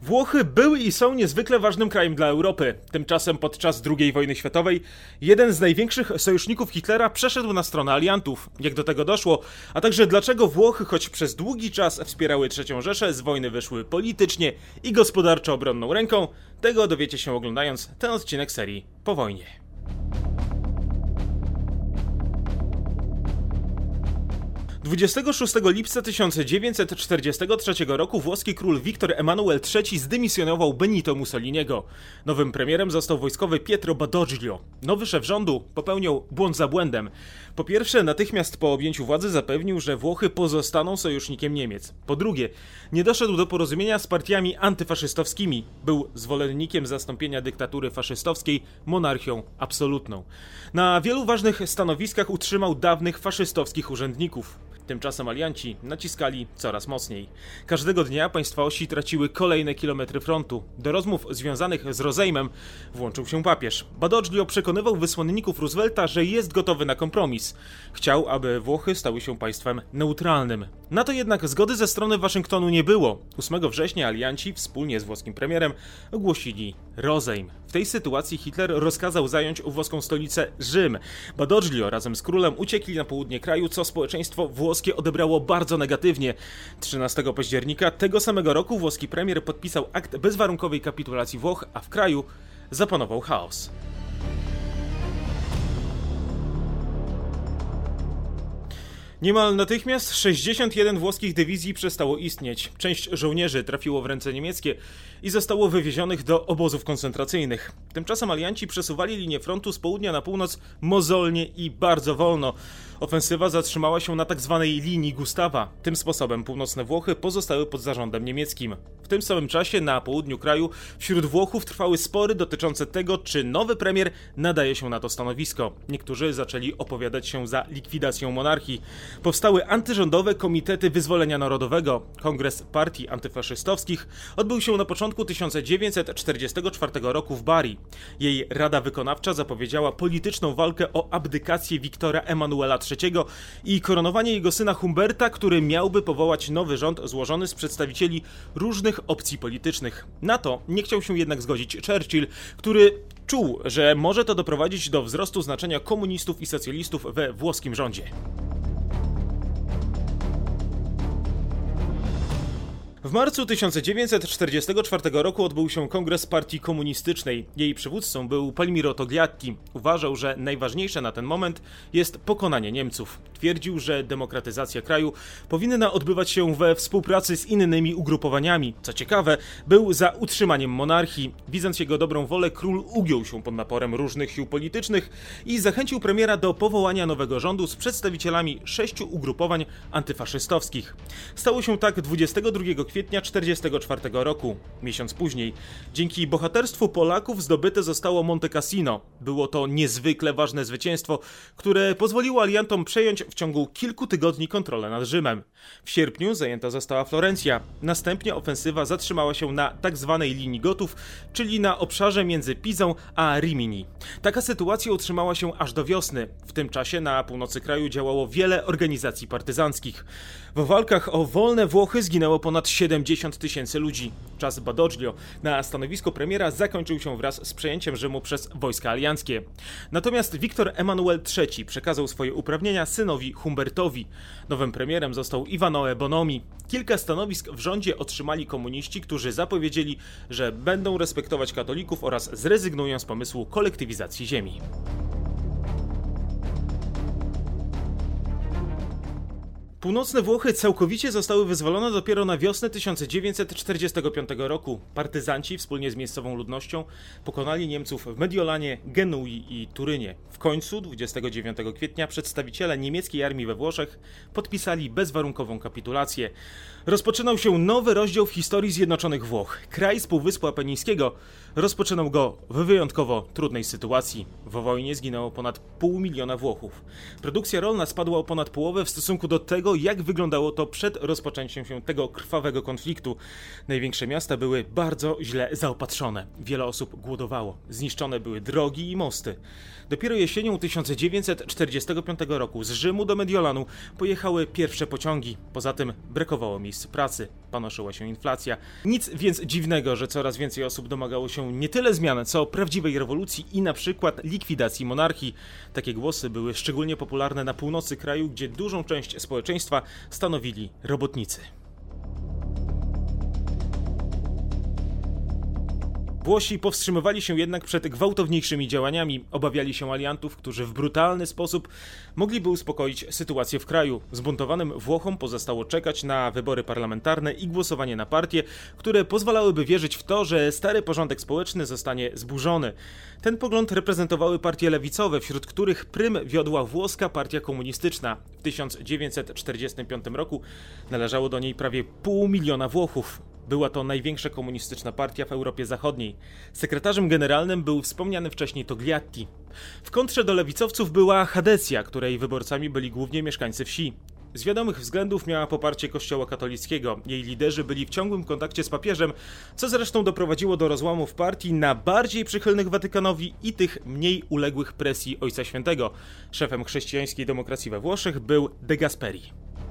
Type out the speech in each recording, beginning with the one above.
Włochy były i są niezwykle ważnym krajem dla Europy. Tymczasem podczas II wojny światowej jeden z największych sojuszników Hitlera przeszedł na stronę aliantów. Jak do tego doszło, a także dlaczego Włochy, choć przez długi czas wspierały III Rzeszę, z wojny wyszły politycznie i gospodarczo obronną ręką, tego dowiecie się oglądając ten odcinek serii Po wojnie. 26 lipca 1943 roku włoski król Viktor Emanuel III zdymisjonował Benito Mussoliniego. Nowym premierem został wojskowy Pietro Badoglio. Nowy szef rządu popełniał błąd za błędem. Po pierwsze, natychmiast po objęciu władzy zapewnił, że Włochy pozostaną sojusznikiem Niemiec. Po drugie, nie doszedł do porozumienia z partiami antyfaszystowskimi. Był zwolennikiem zastąpienia dyktatury faszystowskiej monarchią absolutną. Na wielu ważnych stanowiskach utrzymał dawnych faszystowskich urzędników. Tymczasem alianci naciskali coraz mocniej. Każdego dnia państwa osi traciły kolejne kilometry frontu. Do rozmów związanych z rozejmem włączył się papież. Badoglio przekonywał wysłanników Roosevelta, że jest gotowy na kompromis. Chciał, aby Włochy stały się państwem neutralnym. Na to jednak zgody ze strony Waszyngtonu nie było. 8 września alianci wspólnie z włoskim premierem ogłosili rozejm. W tej sytuacji Hitler rozkazał zająć włoską stolicę Rzym. Badoglio razem z królem uciekli na południe kraju, co społeczeństwo włoskie odebrało bardzo negatywnie. 13 października tego samego roku włoski premier podpisał akt bezwarunkowej kapitulacji Włoch, a w kraju zapanował chaos. Niemal natychmiast 61 włoskich dywizji przestało istnieć. Część żołnierzy trafiło w ręce niemieckie i zostało wywiezionych do obozów koncentracyjnych. Tymczasem alianci przesuwali linię frontu z południa na północ mozolnie i bardzo wolno. Ofensywa zatrzymała się na tzw. linii Gustawa. Tym sposobem północne Włochy pozostały pod zarządem niemieckim. W tym samym czasie na południu kraju wśród Włochów trwały spory dotyczące tego, czy nowy premier nadaje się na to stanowisko. Niektórzy zaczęli opowiadać się za likwidacją monarchii. Powstały antyrządowe komitety wyzwolenia narodowego. Kongres partii antyfaszystowskich odbył się na początku 1944 roku w Bari. Jej Rada Wykonawcza zapowiedziała polityczną walkę o abdykację Wiktora Emanuela III i koronowanie jego syna Humberta, który miałby powołać nowy rząd złożony z przedstawicieli różnych opcji politycznych. Na to nie chciał się jednak zgodzić Churchill, który czuł, że może to doprowadzić do wzrostu znaczenia komunistów i socjalistów we włoskim rządzie. W marcu 1944 roku odbył się kongres partii komunistycznej. Jej przywódcą był Palmiro Togliatti. Uważał, że najważniejsze na ten moment jest pokonanie Niemców. Twierdził, że demokratyzacja kraju powinna odbywać się we współpracy z innymi ugrupowaniami. Co ciekawe, był za utrzymaniem monarchii. Widząc jego dobrą wolę, król ugiął się pod naporem różnych sił politycznych i zachęcił premiera do powołania nowego rządu z przedstawicielami 6 ugrupowań antyfaszystowskich. Stało się tak 22 kwietnia 1944 roku. Miesiąc później, dzięki bohaterstwu Polaków zdobyte zostało Monte Cassino. Było to niezwykle ważne zwycięstwo, które pozwoliło aliantom przejąć w ciągu kilku tygodni kontrolę nad Rzymem. W sierpniu zajęta została Florencja. Następnie ofensywa zatrzymała się na tzw. linii Gotów, czyli na obszarze między Pizą a Rimini. Taka sytuacja utrzymała się aż do wiosny. W tym czasie na północy kraju działało wiele organizacji partyzanckich. W walkach o wolne Włochy zginęło ponad 70 000 ludzi. Czas Badoglio na stanowisku premiera zakończył się wraz z przejęciem Rzymu przez wojska alianckie. Natomiast Viktor Emanuel III przekazał swoje uprawnienia synowi Humbertowi. Nowym premierem został Ivanoe Bonomi. Kilka stanowisk w rządzie otrzymali komuniści, którzy zapowiedzieli, że będą respektować katolików oraz zrezygnują z pomysłu kolektywizacji ziemi. Północne Włochy całkowicie zostały wyzwolone dopiero na wiosnę 1945 roku. Partyzanci wspólnie z miejscową ludnością pokonali Niemców w Mediolanie, Genui i Turynie. W końcu 29 kwietnia przedstawiciele niemieckiej armii we Włoszech podpisali bezwarunkową kapitulację. Rozpoczynał się nowy rozdział w historii Zjednoczonych Włoch. Kraj z Półwyspu Apenińskiego rozpoczynał go w wyjątkowo trudnej sytuacji. W wojnie zginęło ponad 500 000 Włochów. Produkcja rolna spadła o ponad połowę w stosunku do tego, jak wyglądało to przed rozpoczęciem się tego krwawego konfliktu. Największe miasta były bardzo źle zaopatrzone. Wiele osób głodowało. Zniszczone były drogi i mosty. Dopiero jesienią 1945 roku z Rzymu do Mediolanu pojechały pierwsze pociągi. Poza tym brakowało miejsc pracy. panoszyła się inflacja. Nic więc dziwnego, że coraz więcej osób domagało się nie tyle zmian, co prawdziwej rewolucji i na przykład likwidacji monarchii. Takie głosy były szczególnie popularne na północy kraju, gdzie dużą część społeczeństwa stanowili robotnicy. Włosi powstrzymywali się jednak przed gwałtowniejszymi działaniami, obawiali się aliantów, którzy w brutalny sposób mogliby uspokoić sytuację w kraju. Zbuntowanym Włochom pozostało czekać na wybory parlamentarne i głosowanie na partie, które pozwalałyby wierzyć w to, że stary porządek społeczny zostanie zburzony. Ten pogląd reprezentowały partie lewicowe, wśród których prym wiodła włoska partia komunistyczna. W 1945 roku należało do niej prawie 500 000 Włochów. Była to największa komunistyczna partia w Europie Zachodniej. Sekretarzem generalnym był wspomniany wcześniej Togliatti. W kontrze do lewicowców była Hadecja, której wyborcami byli głównie mieszkańcy wsi. Z wiadomych względów miała poparcie Kościoła katolickiego. Jej liderzy byli w ciągłym kontakcie z papieżem, co zresztą doprowadziło do rozłamów partii na bardziej przychylnych Watykanowi i tych mniej uległych presji Ojca Świętego. Szefem chrześcijańskiej demokracji we Włoszech był De Gasperi.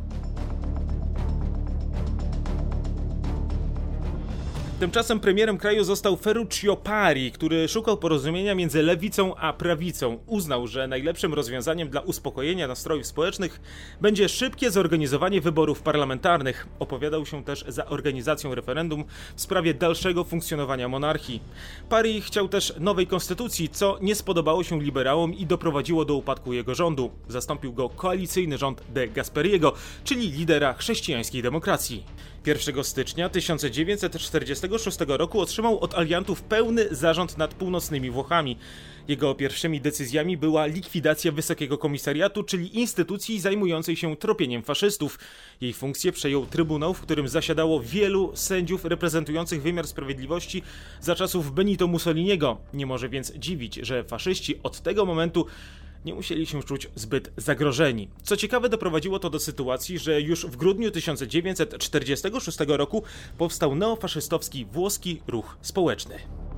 Tymczasem premierem kraju został Ferruccio Pari, który szukał porozumienia między lewicą a prawicą. Uznał, że najlepszym rozwiązaniem dla uspokojenia nastrojów społecznych będzie szybkie zorganizowanie wyborów parlamentarnych. Opowiadał się też za organizacją referendum w sprawie dalszego funkcjonowania monarchii. Pari chciał też nowej konstytucji, co nie spodobało się liberałom i doprowadziło do upadku jego rządu. Zastąpił go koalicyjny rząd De Gasperiego, czyli lidera chrześcijańskiej demokracji. 1 stycznia 1946 roku otrzymał od aliantów pełny zarząd nad północnymi Włochami. Jego pierwszymi decyzjami była likwidacja Wysokiego Komisariatu, czyli instytucji zajmującej się tropieniem faszystów. Jej funkcję przejął Trybunał, w którym zasiadało wielu sędziów reprezentujących wymiar sprawiedliwości za czasów Benito Mussoliniego. Nie może więc dziwić, że faszyści od tego momentu nie musieli się czuć zbyt zagrożeni. Co ciekawe, doprowadziło to do sytuacji, że już w grudniu 1946 roku powstał neofaszystowski włoski ruch społeczny.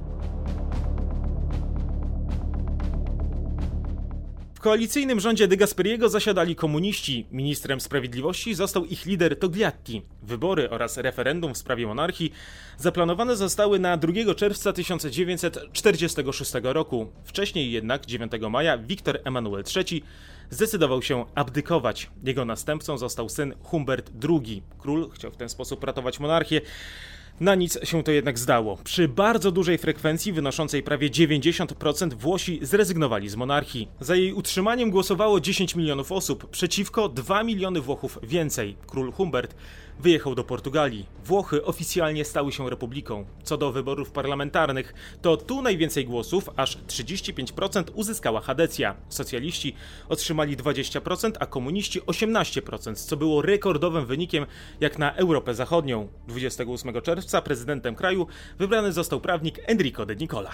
W koalicyjnym rządzie De Gasperiego zasiadali komuniści. Ministrem sprawiedliwości został ich lider Togliatti. Wybory oraz referendum w sprawie monarchii zaplanowane zostały na 2 czerwca 1946 roku. Wcześniej jednak, 9 maja, Wiktor Emanuel III zdecydował się abdykować. Jego następcą został syn Humbert II. Król chciał w ten sposób ratować monarchię. Na nic się to jednak zdało. Przy bardzo dużej frekwencji, wynoszącej prawie 90%, Włosi zrezygnowali z monarchii. Za jej utrzymaniem głosowało 10 milionów osób, przeciwko 2 miliony Włochów więcej. Król Humbert wyjechał do Portugalii. Włochy oficjalnie stały się republiką. Co do wyborów parlamentarnych, to tu najwięcej głosów, aż 35%, uzyskała Hadecja. Socjaliści otrzymali 20%, a komuniści 18%, co było rekordowym wynikiem jak na Europę Zachodnią. 28 czerwca prezydentem kraju wybrany został prawnik Enrico De Nicola.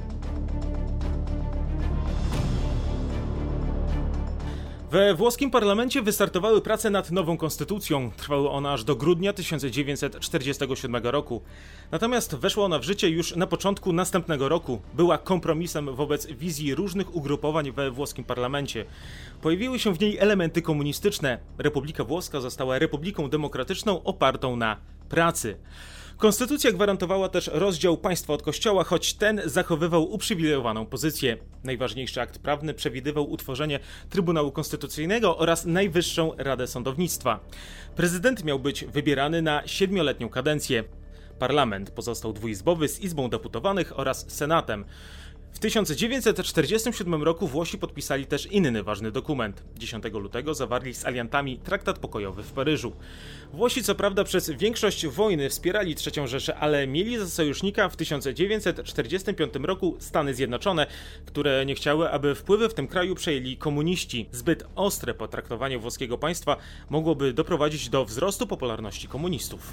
We włoskim parlamencie wystartowały prace nad nową konstytucją. Trwały one aż do grudnia 1947 roku. Natomiast weszła ona w życie już na początku następnego roku. Była kompromisem wobec wizji różnych ugrupowań we włoskim parlamencie. Pojawiły się w niej elementy komunistyczne. Republika Włoska została republiką demokratyczną opartą na pracy. Konstytucja gwarantowała też rozdział państwa od kościoła, choć ten zachowywał uprzywilejowaną pozycję. Najważniejszy akt prawny przewidywał utworzenie Trybunału Konstytucyjnego oraz Najwyższą Radę Sądownictwa. Prezydent miał być wybierany na 7-letnią kadencję. Parlament pozostał dwuizbowy z Izbą Deputowanych oraz Senatem. W 1947 roku Włosi podpisali też inny ważny dokument. 10 lutego zawarli z aliantami traktat pokojowy w Paryżu. Włosi co prawda przez większość wojny wspierali III Rzeszę, ale mieli za sojusznika w 1945 roku Stany Zjednoczone, które nie chciały, aby wpływy w tym kraju przejęli komuniści. Zbyt ostre potraktowanie włoskiego państwa mogłoby doprowadzić do wzrostu popularności komunistów.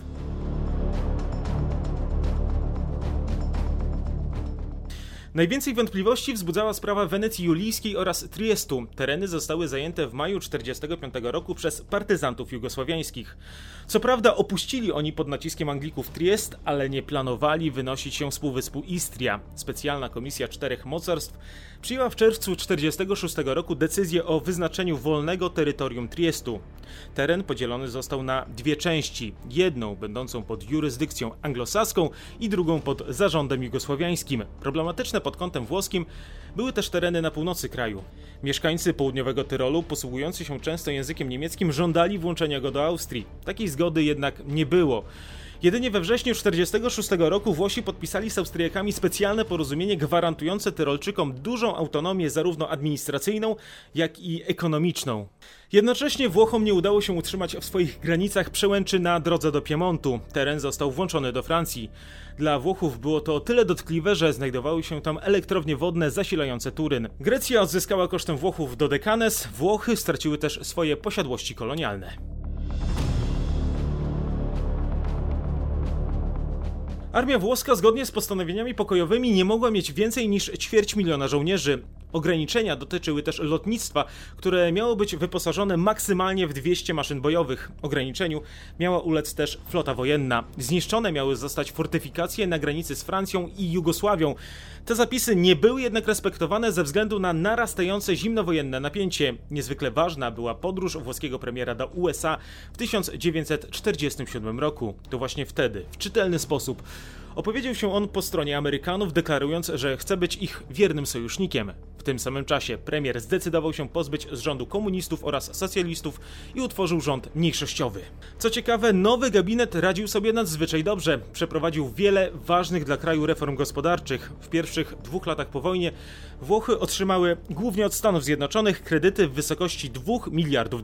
Najwięcej wątpliwości wzbudzała sprawa Wenecji Julijskiej oraz Triestu. Tereny zostały zajęte w maju 1945 roku przez partyzantów jugosłowiańskich. Co prawda opuścili oni pod naciskiem Anglików Triest, ale nie planowali wynosić się z półwyspu Istria. Specjalna komisja 4 mocarstw przyjęła w czerwcu 1946 roku decyzję o wyznaczeniu wolnego terytorium Triestu. Teren podzielony został na dwie części, jedną będącą pod jurysdykcją anglosaską i drugą pod zarządem jugosłowiańskim. Problematyczne pod kątem włoskim były też tereny na północy kraju. Mieszkańcy południowego Tyrolu, posługujący się często językiem niemieckim, żądali włączenia go do Austrii. Takiej zgody jednak nie było. Jedynie we wrześniu 1946 roku Włosi podpisali z Austriakami specjalne porozumienie gwarantujące Tyrolczykom dużą autonomię zarówno administracyjną, jak i ekonomiczną. Jednocześnie Włochom nie udało się utrzymać w swoich granicach przełęczy na drodze do Piemontu. Teren został włączony do Francji. Dla Włochów było to o tyle dotkliwe, że znajdowały się tam elektrownie wodne zasilające Turyn. Grecja odzyskała kosztem Włochów Dodekanes, Włochy straciły też swoje posiadłości kolonialne. Armia włoska zgodnie z postanowieniami pokojowymi nie mogła mieć więcej niż 250 000 żołnierzy. Ograniczenia dotyczyły też lotnictwa, które miało być wyposażone maksymalnie w 200 maszyn bojowych. Ograniczeniu miała ulec też flota wojenna. Zniszczone miały zostać fortyfikacje na granicy z Francją i Jugosławią. Te zapisy nie były jednak respektowane ze względu na narastające zimnowojenne napięcie. Niezwykle ważna była podróż włoskiego premiera do USA w 1947 roku. To właśnie wtedy, w czytelny sposób, opowiedział się on po stronie Amerykanów, deklarując, że chce być ich wiernym sojusznikiem. W tym samym czasie premier zdecydował się pozbyć z rządu komunistów oraz socjalistów i utworzył rząd mniejszościowy. Co ciekawe, nowy gabinet radził sobie nadzwyczaj dobrze. Przeprowadził wiele ważnych dla kraju reform gospodarczych. W pierwszych 2 latach po wojnie Włochy otrzymały głównie od Stanów Zjednoczonych kredyty w wysokości $2 miliardów.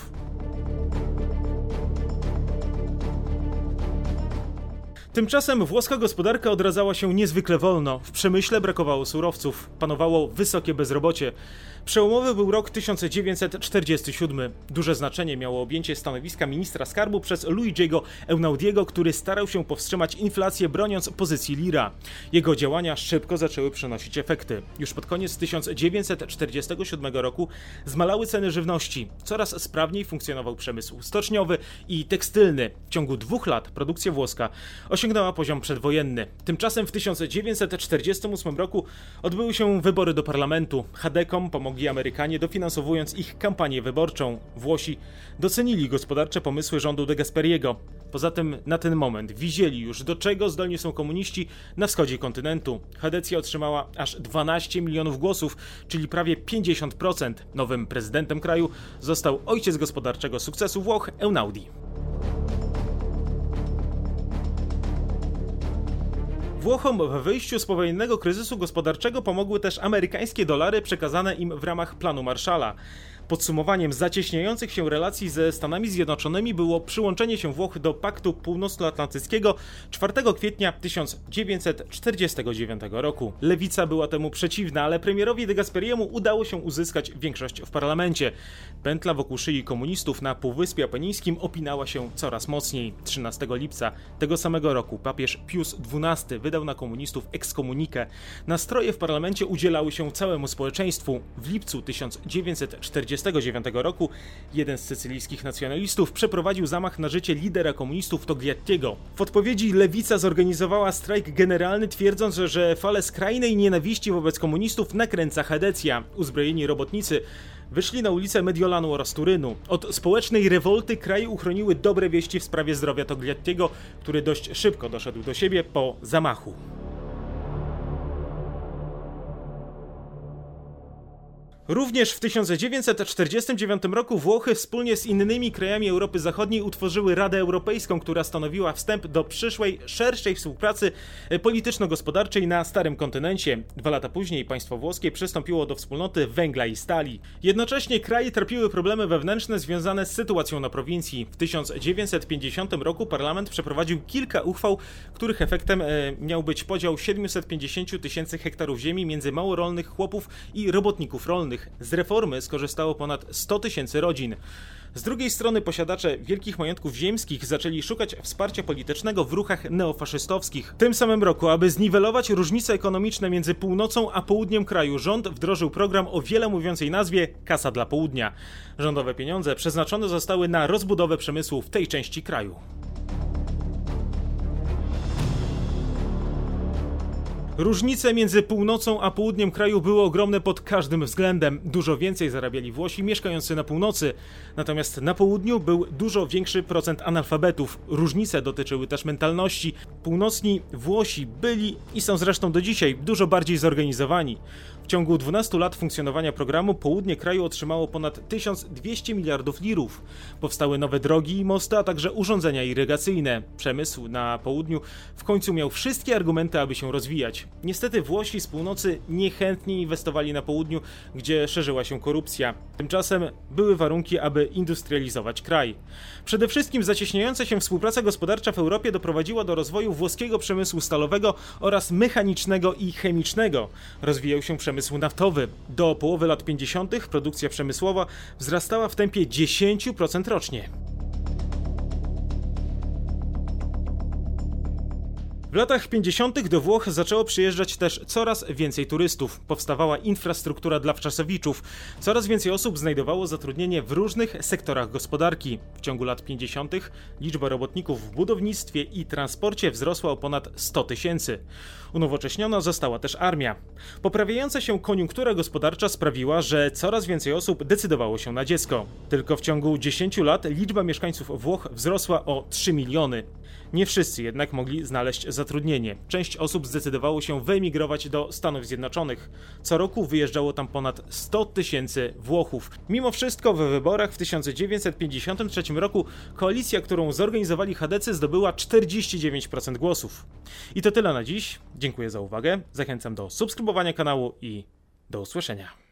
Tymczasem włoska gospodarka odradzała się niezwykle wolno. W przemyśle brakowało surowców, panowało wysokie bezrobocie. Przełomowy był rok 1947. Duże znaczenie miało objęcie stanowiska ministra skarbu przez Luigiego Eunaudiego, który starał się powstrzymać inflację, broniąc pozycji lira. Jego działania szybko zaczęły przynosić efekty. Już pod koniec 1947 roku zmalały ceny żywności. Coraz sprawniej funkcjonował przemysł stoczniowy i tekstylny. W ciągu 2 lat produkcja włoska osiągnęła poziom przedwojenny. Tymczasem w 1948 roku odbyły się wybory do parlamentu. Chadekom pomogli Amerykanie, dofinansowując ich kampanię wyborczą. Włosi docenili gospodarcze pomysły rządu de Gasperiego. Poza tym na ten moment widzieli już, do czego zdolni są komuniści na wschodzie kontynentu. Chadecja otrzymała aż 12 milionów głosów, czyli prawie 50%. Nowym prezydentem kraju został ojciec gospodarczego sukcesu Włoch, Einaudi. Włochom w wyjściu z powojennego kryzysu gospodarczego pomogły też amerykańskie dolary przekazane im w ramach planu Marshalla. Podsumowaniem zacieśniających się relacji ze Stanami Zjednoczonymi było przyłączenie się Włoch do Paktu Północnoatlantyckiego 4 kwietnia 1949 roku. Lewica była temu przeciwna, ale premierowi de Gasperiemu udało się uzyskać większość w parlamencie. Pętla wokół szyi komunistów na Półwyspie Apenińskim opinała się coraz mocniej. 13 lipca tego samego roku papież Pius XII wydał na komunistów ekskomunikę. Nastroje w parlamencie udzielały się całemu społeczeństwu. W lipcu 1949 roku jeden z sycylijskich nacjonalistów przeprowadził zamach na życie lidera komunistów Togliattiego. W odpowiedzi lewica zorganizowała strajk generalny, twierdząc, że falę skrajnej nienawiści wobec komunistów nakręca Chadecja. Uzbrojeni robotnicy wyszli na ulice Mediolanu oraz Turynu. Od społecznej rewolty kraj uchroniły dobre wieści w sprawie zdrowia Togliattiego, który dość szybko doszedł do siebie po zamachu. Również w 1949 roku Włochy wspólnie z innymi krajami Europy Zachodniej utworzyły Radę Europejską, która stanowiła wstęp do przyszłej, szerszej współpracy polityczno-gospodarczej na Starym Kontynencie. 2 lata później państwo włoskie przystąpiło do wspólnoty węgla i stali. Jednocześnie kraje trapiły problemy wewnętrzne związane z sytuacją na prowincji. W 1950 roku parlament przeprowadził kilka uchwał, których efektem miał być podział 750 000 hektarów ziemi między małorolnych chłopów i robotników rolnych. Z reformy skorzystało ponad 100 000 rodzin. Z drugiej strony posiadacze wielkich majątków ziemskich zaczęli szukać wsparcia politycznego w ruchach neofaszystowskich. W tym samym roku, aby zniwelować różnice ekonomiczne między północą a południem kraju, rząd wdrożył program o wiele mówiącej nazwie Kasa dla Południa. Rządowe pieniądze przeznaczone zostały na rozbudowę przemysłu w tej części kraju. Różnice między północą a południem kraju były ogromne pod każdym względem. Dużo więcej zarabiali Włosi mieszkający na północy, natomiast na południu był dużo większy procent analfabetów. Różnice dotyczyły też mentalności. Północni Włosi byli i są zresztą do dzisiaj dużo bardziej zorganizowani. W ciągu 12 lat funkcjonowania programu południe kraju otrzymało ponad 1200 miliardów lirów. Powstały nowe drogi i mosty, a także urządzenia irygacyjne. Przemysł na południu w końcu miał wszystkie argumenty, aby się rozwijać. Niestety Włosi z północy niechętnie inwestowali na południu, gdzie szerzyła się korupcja. Tymczasem były warunki, aby industrializować kraj. Przede wszystkim zacieśniająca się współpraca gospodarcza w Europie doprowadziła do rozwoju włoskiego przemysłu stalowego oraz mechanicznego i chemicznego. Rozwijał się przemysł naftowy. Do połowy lat 50. produkcja przemysłowa wzrastała w tempie 10% rocznie. W latach 50. do Włoch zaczęło przyjeżdżać też coraz więcej turystów. Powstawała infrastruktura dla wczasowiczów. Coraz więcej osób znajdowało zatrudnienie w różnych sektorach gospodarki. W ciągu lat 50. liczba robotników w budownictwie i transporcie wzrosła o ponad 100 000. Unowocześniona została też armia. Poprawiająca się koniunktura gospodarcza sprawiła, że coraz więcej osób decydowało się na dziecko. Tylko w ciągu 10 lat liczba mieszkańców Włoch wzrosła o 3 miliony. Nie wszyscy jednak mogli znaleźć zatrudnienie. Część osób zdecydowało się wyemigrować do Stanów Zjednoczonych. Co roku wyjeżdżało tam ponad 100 000 Włochów. Mimo wszystko w wyborach w 1953 roku koalicja, którą zorganizowali chadecy, zdobyła 49% głosów. I to tyle na dziś. Dziękuję za uwagę. Zachęcam do subskrybowania kanału i do usłyszenia.